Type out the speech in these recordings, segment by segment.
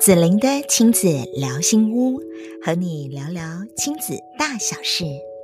子玲的亲子聊心屋，和你聊聊亲子大小事。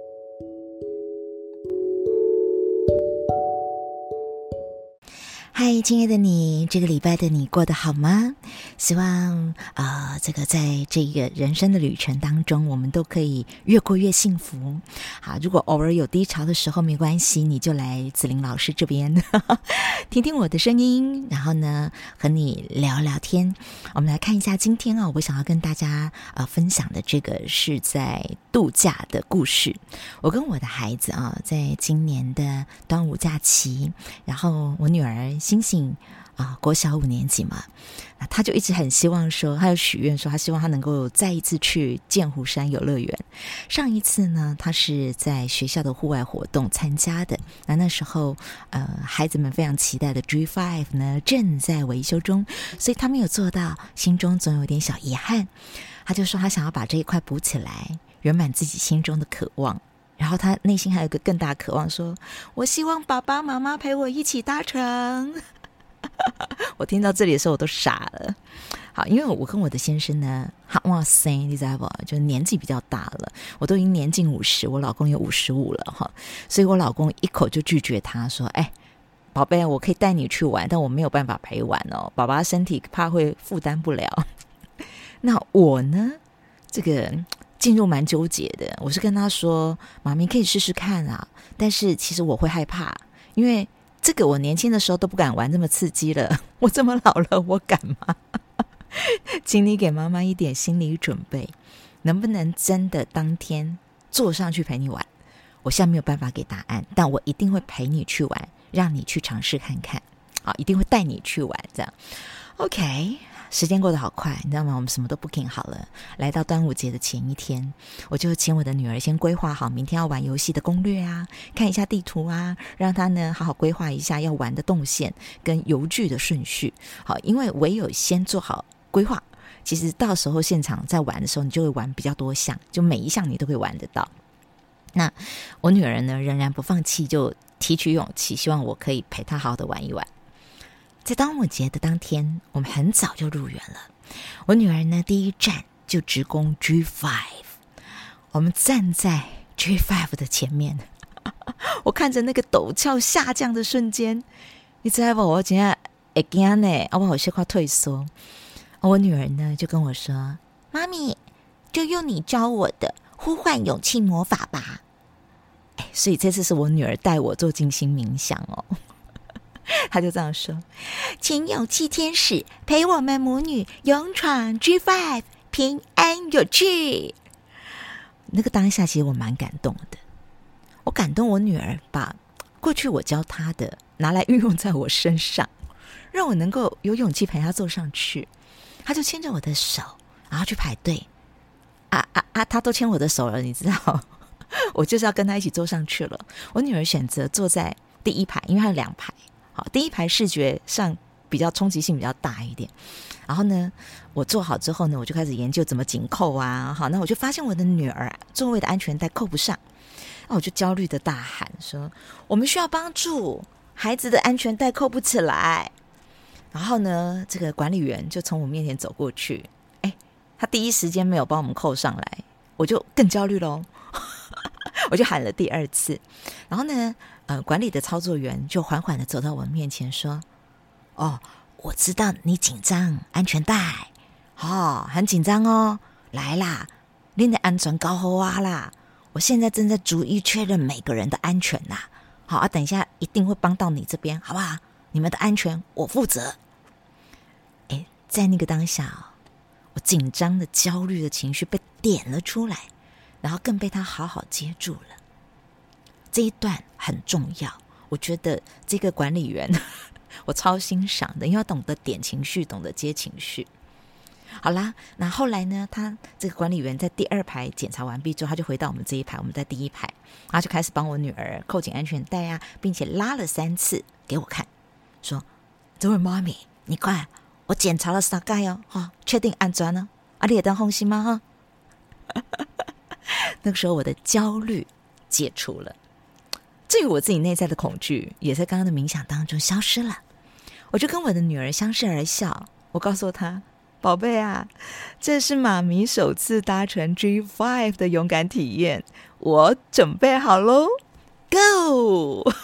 嗨，亲爱的你，这个礼拜的你过得好吗？希望在这个人生的旅程当中，我们都可以越过越幸福。好，如果偶尔有低潮的时候没关系，你就来子玲老师这边听听我的声音，然后呢和你聊聊天。我们来看一下今天我想要跟大家分享的这个是在度假的故事。我跟我的孩子在今年的端午假期，然后我女儿星星国小5年级嘛，他就一直很希望说，他有许愿说他希望他能够再一次去剑湖山游乐园。上一次呢，他是在学校的户外活动参加的，那时候孩子们非常期待的 G5 呢正在维修中，所以他没有做到，心中总有点小遗憾。他就说他想要把这一块补起来，圆满自己心中的渴望。然后他内心还有一个更大的渴望，说我希望爸爸妈妈陪我一起搭乘。我听到这里的时候我都傻了。好，因为我跟我的先生呢，哇塞，你知道不，就年纪比较大了，我都已经年近50，我老公也55了哈，所以我老公一口就拒绝他说，宝贝，我可以带你去玩，但我没有办法陪玩哦，爸爸身体怕会负担不了。那我呢，这个进入蛮纠结的，我是跟他说，妈咪可以试试看啊，但是其实我会害怕，因为这个我年轻的时候都不敢玩这么刺激了，我这么老了我敢吗？请你给妈妈一点心理准备，能不能真的当天坐上去陪你玩？我现在没有办法给答案，但我一定会陪你去玩，让你去尝试看看，好，一定会带你去玩，这样 OK。时间过得好快，你知道吗？我们什么都 booking 好了，来到端午节的前一天，我就请我的女儿先规划好明天要玩游戏的攻略啊，看一下地图啊，让她呢好好规划一下要玩的动线跟游具的顺序。好，因为唯有先做好规划，其实到时候现场在玩的时候，你就会玩比较多项，就每一项你都会玩得到。那我女儿呢仍然不放弃，就提取勇气，希望我可以陪她好好的玩一玩。在端午节的当天，我们很早就入园了。我女儿呢，第一站就直攻 G5。我们站在 G5 的前面，我看着那个陡峭下降的瞬间，你知道不？我真的会怕呢，我有些快退缩。我女儿呢就跟我说：“妈咪，就用你教我的呼唤勇气魔法吧。”所以这次是我女儿带我做静心冥想哦。他就这样说，请勇气天使陪我们母女勇闯 G5， 平安有趣。那个当下其实我蛮感动的，我感动我女儿把过去我教她的拿来运用在我身上，让我能够有勇气陪她坐上去。她就牵着我的手，然后去排队她都牵我的手了，你知道我就是要跟她一起坐上去了。我女儿选择坐在第一排，因为她有2排，好，第一排视觉上比较冲击性比较大一点。然后呢，我坐好之后呢，我就开始研究怎么紧扣啊。好，那我就发现我的女儿座位的安全带扣不上，那我就焦虑的大喊说：“我们需要帮助，孩子的安全带扣不起来。”然后呢，这个管理员就从我面前走过去，他第一时间没有帮我们扣上来，我就更焦虑咯。我就喊了第2次，然后呢，管理的操作员就缓缓的走到我面前说：“哦，我知道你紧张，安全带，很紧张哦。来啦，你的安全搞好啊啦！我现在正在逐一确认每个人的安全啦。好等一下一定会帮到你这边，好不好？你们的安全我负责。”在那个当下我紧张的、焦虑的情绪被点了出来。然后更被他好好接住了，这一段很重要。我觉得这个管理员我超欣赏的，因为他懂得点情绪，懂得接情绪。好啦，那后来呢，他这个管理员在第2排检查完毕之后，他就回到我们这一排，我们在第1排，他就开始帮我女儿扣紧安全带啊，并且拉了3次给我看，说：“这位妈咪，你看我检查了3盖哦，确定安全呢？你也当放心吗？那个时候我的焦虑解除了，至于我自己内在的恐惧，也在刚刚的冥想当中消失了。我就跟我的女儿相视而笑，我告诉她： 宝贝啊，这是妈咪首次搭乘 G5 的勇敢体验，我准备好咯 Go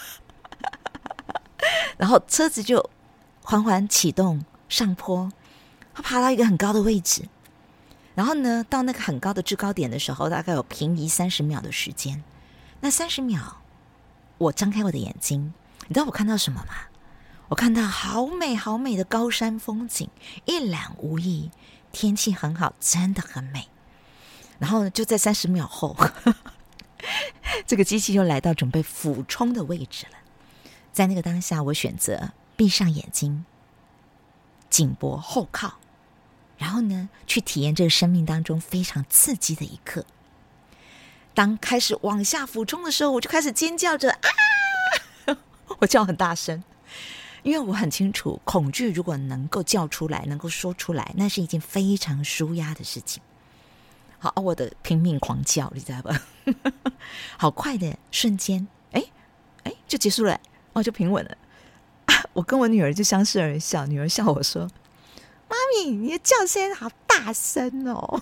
然后车子就缓缓启动上坡，他爬到一个很高的位置，然后呢到那个很高的制高点的时候，大概有平移30秒的时间。那30秒我张开我的眼睛，你知道我看到什么吗？我看到好美好美的高山风景，一览无遗，天气很好，真的很美。然后就在30秒后这个机器就来到准备俯冲的位置了。在那个当下，我选择闭上眼睛，颈脖后靠，然后呢去体验这个生命当中非常刺激的一刻。当开始往下俯冲的时候，我就开始尖叫着啊我叫很大声，因为我很清楚，恐惧如果能够叫出来，能够说出来，那是一件非常抒压的事情。好，我的拼命狂叫，你知道吧好快的瞬间，就结束了，就平稳了我跟我女儿就相视而笑，女儿笑我说：“妈咪，你的叫声好大声哦！”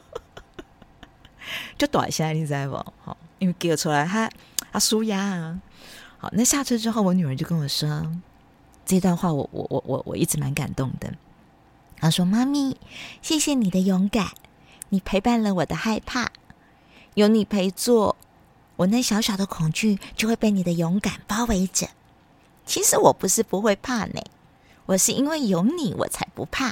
就大一下，你知道不？因为叫出来他抒压啊。好，那下车之后，我女儿就跟我说这段话我一直蛮感动的。她说：“妈咪，谢谢你的勇敢，你陪伴了我的害怕，有你陪坐，我那小小的恐惧就会被你的勇敢包围着。其实我不是不会怕呢，我是因为有你我才不怕。”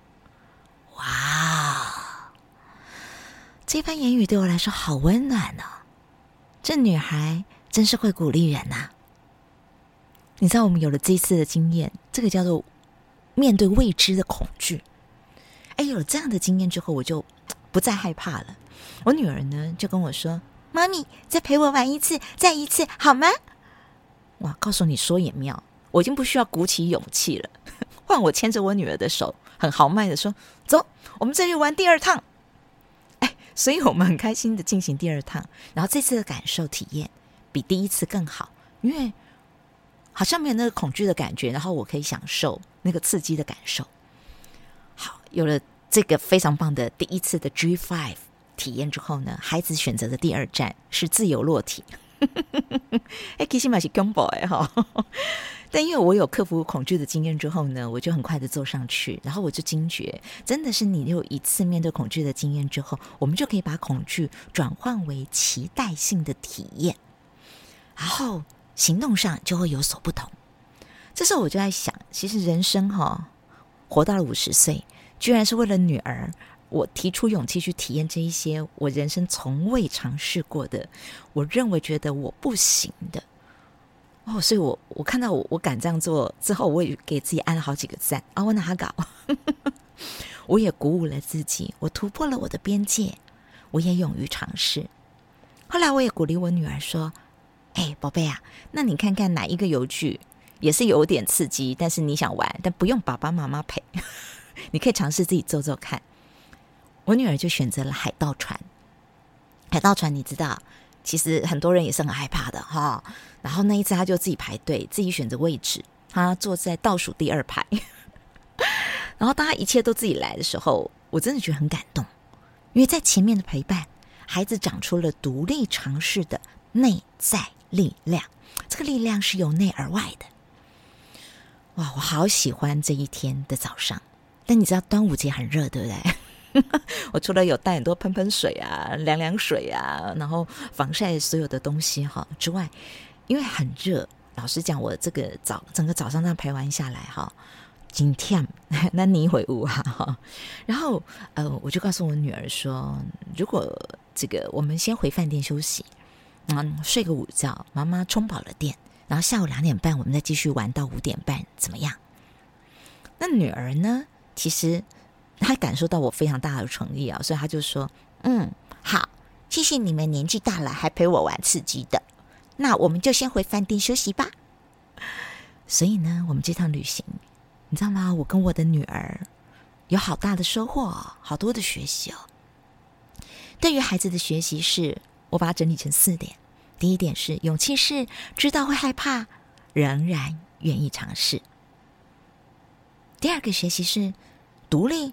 哇，这番言语对我来说好温暖哦。这女孩真是会鼓励人啊。你知道我们有了这一次的经验，这个叫做面对未知的恐惧。有了这样的经验之后，我就不再害怕了。我女儿呢就跟我说：“妈咪，再陪我玩一次，再一次好吗？”哇，告诉你说也妙，我已经不需要鼓起勇气了，换我牵着我女儿的手，很豪迈的说：“走，我们再去玩第二趟。”所以我们很开心的进行第二趟，然后这次的感受体验比第一次更好，因为好像没有那个恐惧的感觉，然后我可以享受那个刺激的感受。好，有了这个非常棒的第一次的 G5 体验之后呢，孩子选择的第二站是自由落体其实也是恐怖的但因为我有克服恐惧的经验之后呢，我就很快的坐上去，然后我就惊觉，真的是你有一次面对恐惧的经验之后，我们就可以把恐惧转换为期待性的体验，然后行动上就会有所不同。这时候我就在想，其实人生活到了50岁，居然是为了女儿，我提出勇气去体验这一些我人生从未尝试过的，我认为觉得我不行的所以我看到我敢这样做之后，我也给自己按了好几个赞我哪搞我也鼓舞了自己，我突破了我的边界，我也勇于尝试。后来我也鼓励我女儿说：“宝贝啊，那你看看哪一个游具也是有点刺激，但是你想玩，但不用爸爸妈妈陪你可以尝试自己做做看。”我女儿就选择了海盗船。海盗船你知道其实很多人也是很害怕的然后那一次他就自己排队，自己选择位置，他坐在倒数第2排然后当他一切都自己来的时候，我真的觉得很感动，因为在前面的陪伴，孩子长出了独立尝试的内在力量，这个力量是由内而外的。哇，我好喜欢这一天的早上。但你知道端午节很热对不对我除了有带很多喷喷水啊、凉凉水啊，然后防晒所有的东西之外，因为很热，老实讲我这个整个早上这样陪玩下来真忝那你会有然后我就告诉我女儿说，如果这个我们先回饭店休息睡个午觉，妈妈充饱了电，然后下午2点半我们再继续玩到5点半怎么样？那女儿呢，其实她感受到我非常大的诚意所以她就说好，谢谢你们年纪大了还陪我玩刺激的，那我们就先回饭店休息吧。所以呢，我们这趟旅行你知道吗，我跟我的女儿有好大的收获好多的学习对于孩子的学习是我把它整理成4点。第一点是勇气是知道会害怕，仍然愿意尝试。第二个学习是独立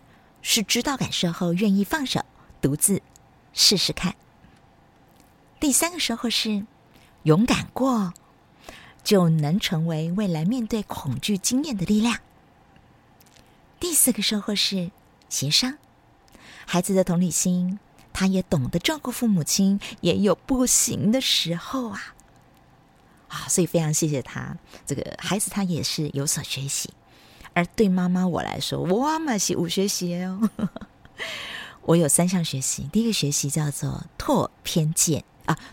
是知道感受后愿意放手，独自试试看。第3个收获是勇敢过，就能成为未来面对恐惧经验的力量。第4个收获是协商，孩子的同理心，他也懂得照顾父母亲，也有不行的时候啊。所以非常谢谢他，这个孩子他也是有所学习。而对妈妈我来说，我嘛是有学习哦。我有3项学习，第一个学习叫做拓边界。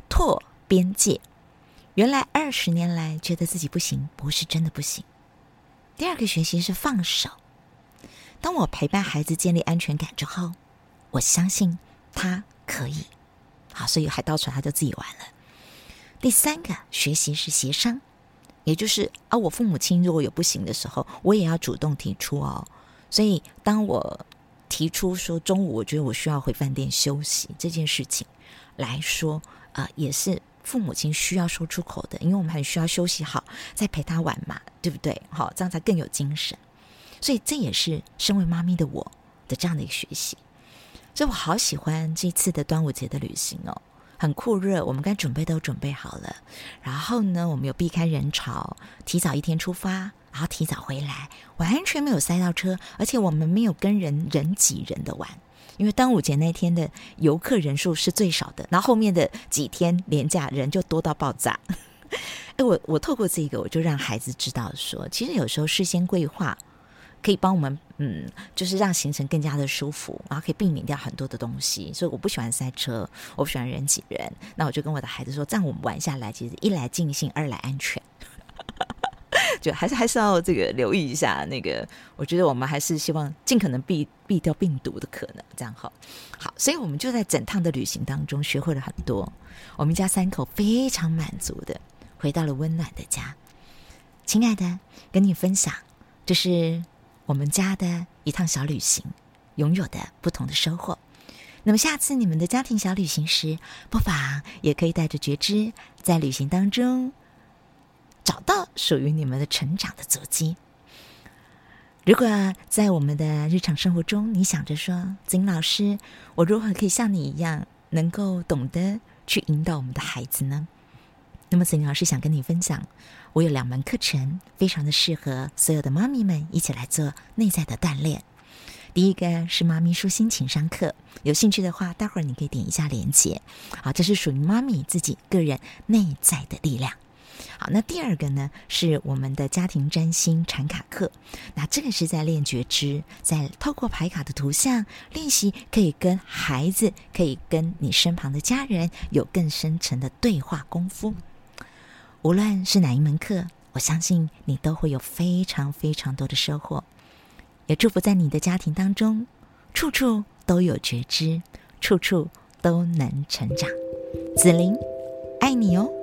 原来20年来觉得自己不行，不是真的不行。第2个学习是放手。当我陪伴孩子建立安全感之后，我相信他可以。所以海盗船他就自己玩了。第3个学习是协商，也就是我父母亲如果有不行的时候，我也要主动提出哦。所以当我提出说中午我觉得我需要回饭店休息这件事情来说，也是父母亲需要说出口的，因为我们很需要休息好再陪他玩嘛，对不对？这样才更有精神。所以这也是身为妈咪的我的这样的一个学习。所以我好喜欢这次的端午节的旅行哦，很酷热，我们该准备都准备好了。然后呢，我们有避开人潮，提早1天出发，然后提早回来，完全没有塞到车，而且我们没有跟人挤人的玩。因为端午节那天的游客人数是最少的，然后后面的几天连假人就多到爆炸。我透过这个，我就让孩子知道说，其实有时候事先规划可以帮我们就是让行程更加的舒服，然后可以避免掉很多的东西。所以我不喜欢塞车，我不喜欢人挤人。那我就跟我的孩子说，这样我们玩下来，其实1来尽兴，2来安全。就还是要这个留意一下那个，我觉得我们还是希望尽可能避掉病毒的可能，这样好。所以我们就在整趟的旅行当中学会了很多，我们家3口非常满足的回到了温暖的家。亲爱的，跟你分享，这是我们家的一趟小旅行，拥有的不同的收获。那么下次你们的家庭小旅行时，不妨也可以带着觉知，在旅行当中找到属于你们的成长的足迹。如果在我们的日常生活中，你想着说，子英老师，我如何可以像你一样能够懂得去引导我们的孩子呢？那么子英老师想跟你分享，我有2门课程，非常的适合所有的妈咪们一起来做内在的锻炼。第一个是妈咪舒心情商课，有兴趣的话，待会儿你可以点一下连结。这是属于妈咪自己个人内在的力量。那第2个呢，是我们的家庭占星禅卡课。那这个是在练觉知，在透过牌卡的图像练习，可以跟孩子，可以跟你身旁的家人有更深层的对话功夫。无论是哪一门课，我相信你都会有非常非常多的收获。也祝福在你的家庭当中，处处都有觉知，处处都能成长。子玲爱你哦。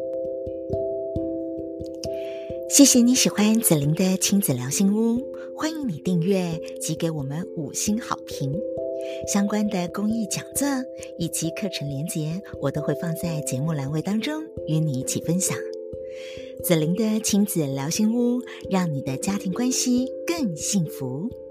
谢谢你喜欢子玲的亲子聊心屋，欢迎你订阅及给我们5星好评。相关的公益讲座以及课程连结，我都会放在节目栏位当中与你一起分享。子玲的亲子聊心屋，让你的家庭关系更幸福。